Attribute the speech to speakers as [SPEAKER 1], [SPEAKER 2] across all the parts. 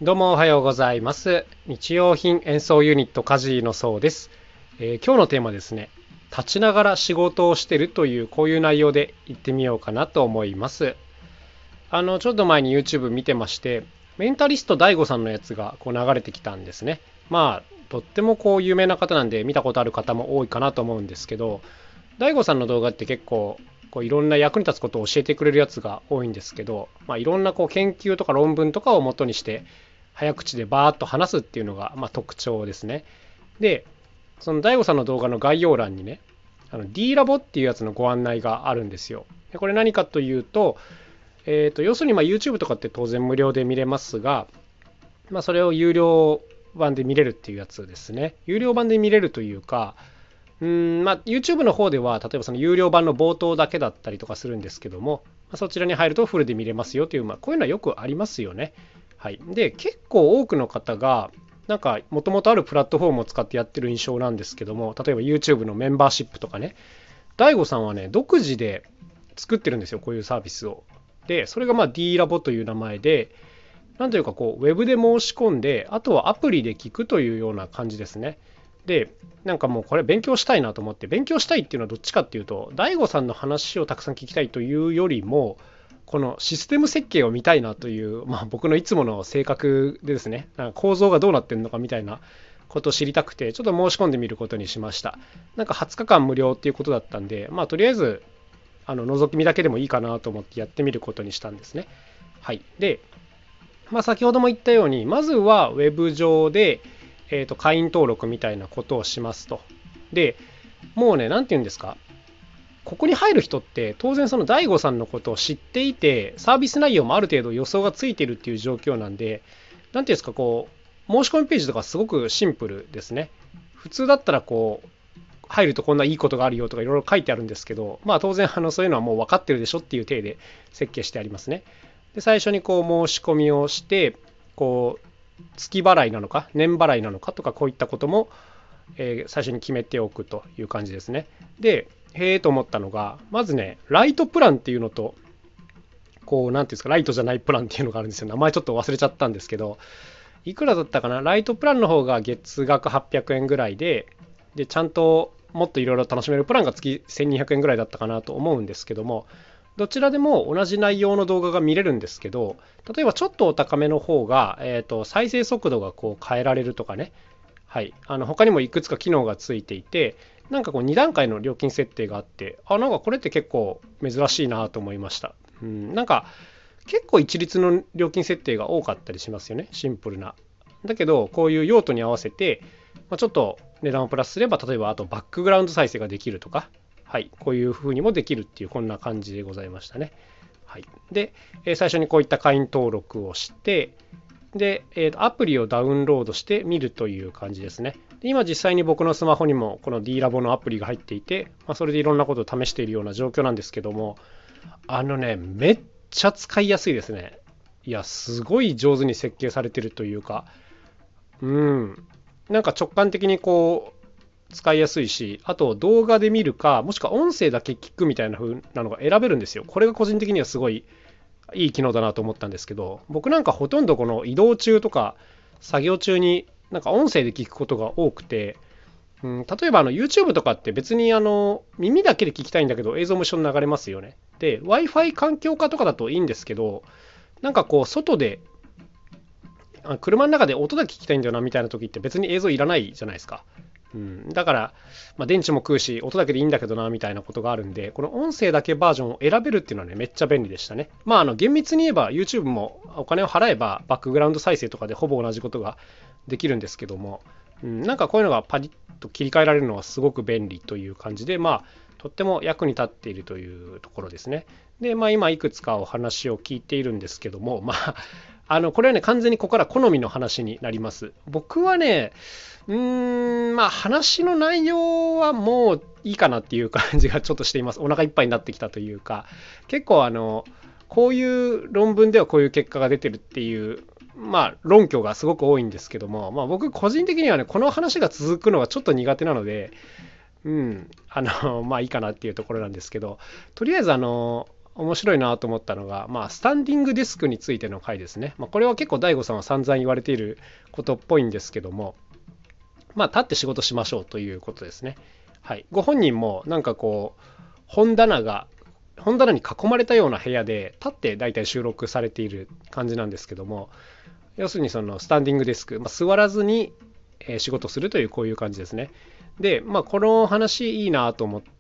[SPEAKER 1] どうもおはようございます。日用品演奏ユニットカジのそうです。今日のテーマですね、立ちながら仕事をしてるというこういう内容で言ってみようかなと思います。ちょっと前に YouTube 見てまして、メンタリスト DAIGO さんのやつがこう流れてきたんですね。とってもこう有名な方なんで見たことある方も多いかなと思うんですけど、DAIGO さんの動画って結構こういろんな役に立つことを教えてくれるやつが多いんですけど、いろんなこう研究とか論文とかを元にして早口でバーッと話すっていうのが特徴ですね。で、その DAIGO さんの動画の概要欄にね、D ラボっていうやつのご案内があるんですよ。でこれ何かというと、要するにYouTube とかって当然無料で見れますが、それを有料版で見れるっていうやつですね。有料版で見れるというか、YouTube の方では例えばその有料版の冒頭だけだったりとかするんですけども、そちらに入るとフルで見れますよという、こういうのはよくありますよね。はい。で、結構多くの方がなんかもともとあるプラットフォームを使ってやってる印象なんですけども、例えば YouTube のメンバーシップとかね、DAIGO さんはね、独自で作ってるんですよ、こういうサービスを。で、それがD ラボという名前で、なんというかこう、ウェブで申し込んで、あとはアプリで聞くというような感じですね。で、なんかもうこれ勉強したいなと思って、勉強したいっていうのはどっちかっていうと、DAIGO さんの話をたくさん聞きたいというよりも、このシステム設計を見たいなという、僕のいつもの性格でですね、なんか構造がどうなってるのかみたいなことを知りたくて、ちょっと申し込んでみることにしました。なんか20日間無料っていうことだったんで、とりあえず、覗き見だけでもいいかなと思ってやってみることにしたんですね。はい。で、先ほども言ったように、まずはウェブ上で、会員登録みたいなことをしますと。で、もうね、なんて言うんですか、ここに入る人って当然その DAIGO さんのことを知っていて、サービス内容もある程度予想がついているっていう状況なんで、なんていうんですか、こう、申し込みページとかすごくシンプルですね。普通だったらこう、入るとこんないいことがあるよとかいろいろ書いてあるんですけど、当然そういうのはもう分かってるでしょっていう体で設計してありますね。で、最初にこう申し込みをして、こう、月払いなのか、年払いなのかとか、こういったことも、最初に決めておくという感じですね。で、へえと思ったのが、まずね、ライトプランっていうのと、こう、なんていうんですか、ライトじゃないプランっていうのがあるんですよ。名前ちょっと忘れちゃったんですけど、いくらだったかな、ライトプランの方が月額800円ぐらいで、ちゃんともっといろいろ楽しめるプランが月1200円ぐらいだったかなと思うんですけども、どちらでも同じ内容の動画が見れるんですけど、例えばちょっとお高めの方が、再生速度がこう変えられるとかね、はい、他にもいくつか機能がついていて、なんかこう2段階の料金設定があって、なんかこれって結構珍しいなと思いました。なんか結構一律の料金設定が多かったりしますよね、シンプルな。だけど、こういう用途に合わせて、ちょっと値段をプラスすれば、例えばあとバックグラウンド再生ができるとか、はい、こういう風にもできるっていう、こんな感じでございましたね。はい、で、最初にこういった会員登録をして、で、アプリをダウンロードして見るという感じですね。で今実際に僕のスマホにもこの D ラボのアプリが入っていて、それでいろんなことを試しているような状況なんですけども、めっちゃ使いやすいですね。いや、すごい上手に設計されてるというか、うん、なんか直感的にこう使いやすいし、あと動画で見るか、もしくは音声だけ聞くみたいな風なのが選べるんですよ。これが個人的にはすごいいい機能だなと思ったんですけど、僕なんかほとんどこの移動中とか作業中になんか音声で聞くことが多くて、例えばYouTube とかって別に耳だけで聞きたいんだけど映像も一緒に流れますよね。で、Wi-Fi 環境化とかだといいんですけど、なんかこう外で車の中で音だけ聞きたいんだよなみたいな時って別に映像いらないじゃないですか。だから、電池も食うし音だけでいいんだけどなみたいなことがあるんで、この音声だけバージョンを選べるっていうのはねめっちゃ便利でしたね。厳密に言えば YouTube もお金を払えばバックグラウンド再生とかでほぼ同じことができるんですけども、なんかこういうのがパリッと切り替えられるのはすごく便利という感じで、とっても役に立っているというところですね。で、今いくつかお話を聞いているんですけども、これはね、完全にここから好みの話になります。僕はね、話の内容はもういいかなっていう感じがちょっとしています。お腹いっぱいになってきたというか、結構こういう論文ではこういう結果が出てるっていう、論拠がすごく多いんですけども、僕個人的にはね、この話が続くのがちょっと苦手なので、いいかなっていうところなんですけど、とりあえず面白いなと思ったのが、スタンディングデスクについての回ですね。これは結構 DAIGO さんは散々言われていることっぽいんですけども、立って仕事しましょうということですね。はい。ご本人もなんかこう、本棚に囲まれたような部屋で立って大体収録されている感じなんですけども、要するにそのスタンディングデスク、座らずに仕事するというこういう感じですね。で、この話いいなと思って、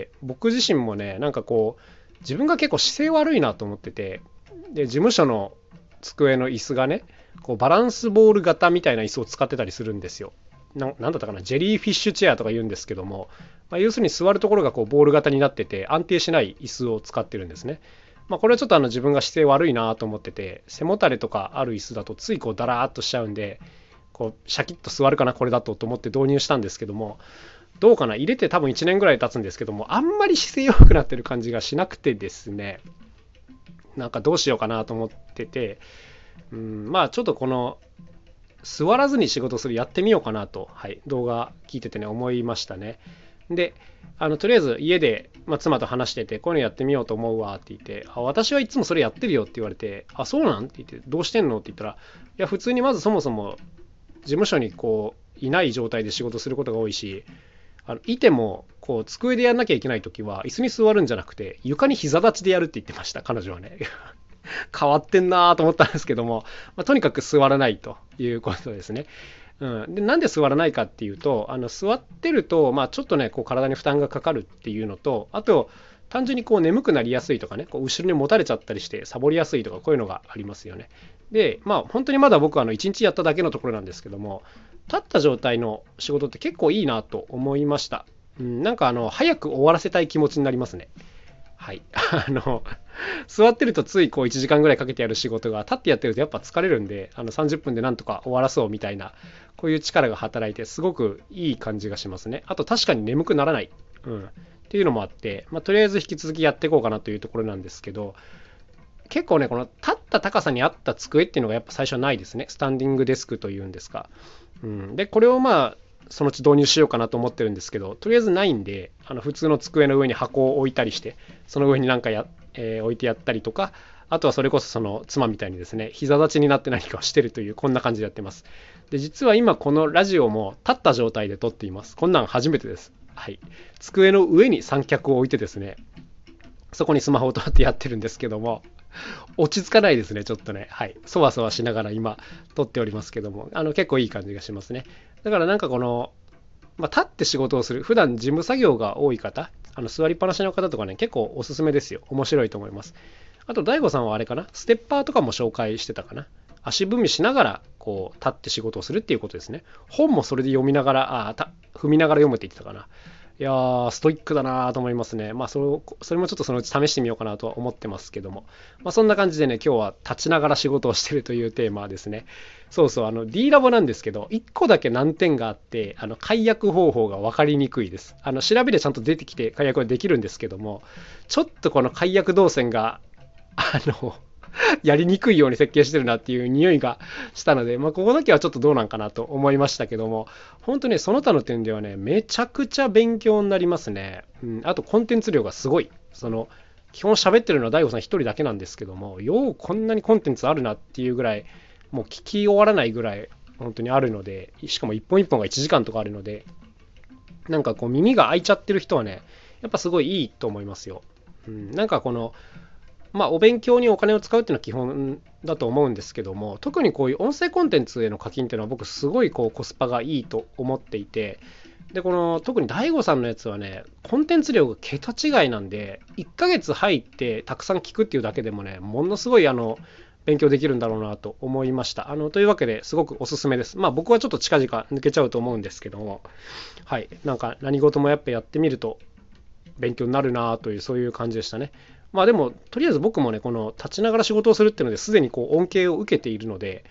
[SPEAKER 1] 僕自身もね、なんかこう、自分が結構姿勢悪いなと思ってて、で、事務所の机の椅子がね、こうバランスボール型みたいな椅子を使ってたりするんですよ。なんだったかな、ジェリーフィッシュチェアとか言うんですけども、要するに座るところがこうボール型になってて安定しない椅子を使ってるんですね。これはちょっと自分が姿勢悪いなと思ってて、背もたれとかある椅子だとついこうダラーっとしちゃうんで、こうシャキッと座るかなこれだと思って導入したんですけども、どうかな、入れて多分1年ぐらい経つんですけども、あんまり姿勢良くなってる感じがしなくてですね、なんかどうしようかなと思ってて、ちょっとこの座らずに仕事するやってみようかなと、はい、動画聞いててね思いましたね。で、とりあえず家で、妻と話してて、こういうのやってみようと思うわって言って、私はいつもそれやってるよって言われて、そうなんって言って、どうしてんのって言ったら、いや普通にまずそもそも事務所にこういない状態で仕事することが多いし、いてもこう机でやんなきゃいけないときは椅子に座るんじゃなくて床に膝立ちでやるって言ってました、彼女はね。変わってんなと思ったんですけども、とにかく座らないということですね。でなんで座らないかっていうと、座ってると、ちょっとねこう体に負担がかかるっていうのと、あと単純にこう眠くなりやすいとかね、こう後ろにもたれちゃったりしてサボりやすいとか、こういうのがありますよね。で本当にまだ僕は1日やっただけのところなんですけども、立った状態の仕事って結構いいなと思いました。なんか早く終わらせたい気持ちになりますね。はい。座ってるとついこう1時間ぐらいかけてやる仕事が立ってやってるとやっぱ疲れるんで、30分でなんとか終わらそうみたいな、こういう力が働いてすごくいい感じがしますね。あと確かに眠くならない。っていうのもあって、とりあえず引き続きやっていこうかなというところなんですけど、結構ね、この立った高さに合った机っていうのがやっぱ最初はないですね。スタンディングデスクというんですか。で、これをそのうち導入しようかなと思ってるんですけど、とりあえずないんで、普通の机の上に箱を置いたりして、その上になんか置いてやったりとか、あとはそれこそその妻みたいにですね、膝立ちになって何かをしてるという、こんな感じでやってます。で、実は今このラジオも立った状態で撮っています。こんなん初めてです。はい。机の上に三脚を置いてですね、そこにスマホを取ってやってるんですけども、落ち着かないですね、ちょっとね。はい。そわそわしながら今、撮っておりますけども、結構いい感じがしますね。だからなんかこの、立って仕事をする、普段事務作業が多い方、座りっぱなしの方とかね、結構おすすめですよ。面白いと思います。あと、大悟さんはあれかな、ステッパーとかも紹介してたかな。足踏みしながら、こう、立って仕事をするっていうことですね。本もそれで読みながら、踏みながら読むって言ってたかな。いやー、ストイックだなと思いますね。それもちょっとそのうち試してみようかなとは思ってますけども。そんな感じでね、今日は立ちながら仕事をしてるというテーマですね。そうそう、D ラボなんですけど、1個だけ難点があって、解約方法が分かりにくいです。調べでちゃんと出てきて解約はできるんですけども、ちょっとこの解約動線が、やりにくいように設計してるなっていう匂いがしたので、ここだけはちょっとどうなんかなと思いましたけども、本当にその他の点ではね、めちゃくちゃ勉強になりますね。あとコンテンツ量がすごい。基本喋ってるのは大悟さん一人だけなんですけども、ようこんなにコンテンツあるなっていうぐらい、もう聞き終わらないぐらい本当にあるので、しかも一本一本が1時間とかあるので、なんかこう耳が開いちゃってる人はね、やっぱすごいいいと思いますよ。なんかこの、お勉強にお金を使うっていうのは基本だと思うんですけども、特にこういう音声コンテンツへの課金っていうのは僕すごいこうコスパがいいと思っていて、で、この特に DAIGO さんのやつはね、コンテンツ量が桁違いなんで、1ヶ月入ってたくさん聞くっていうだけでもね、ものすごい勉強できるんだろうなと思いました。というわけですごくおすすめです。僕はちょっと近々抜けちゃうと思うんですけども、はい、なんか何事もやっぱやってみると勉強になるなという、そういう感じでしたね。でもとりあえず僕もね、この立ちながら仕事をするっていうのですでにこう恩恵を受けているので、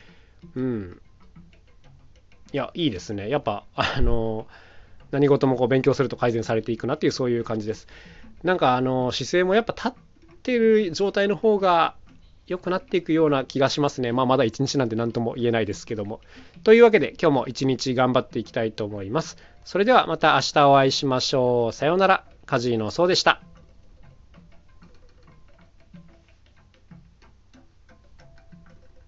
[SPEAKER 1] いやいいですね。やっぱ何事もこう勉強すると改善されていくなっていう、そういう感じです。なんか姿勢もやっぱ立ってる状態の方が良くなっていくような気がしますね。まだ一日なんて何とも言えないですけども。というわけで今日も一日頑張っていきたいと思います。それではまた明日お会いしましょう。さようなら。カジーノそうでした。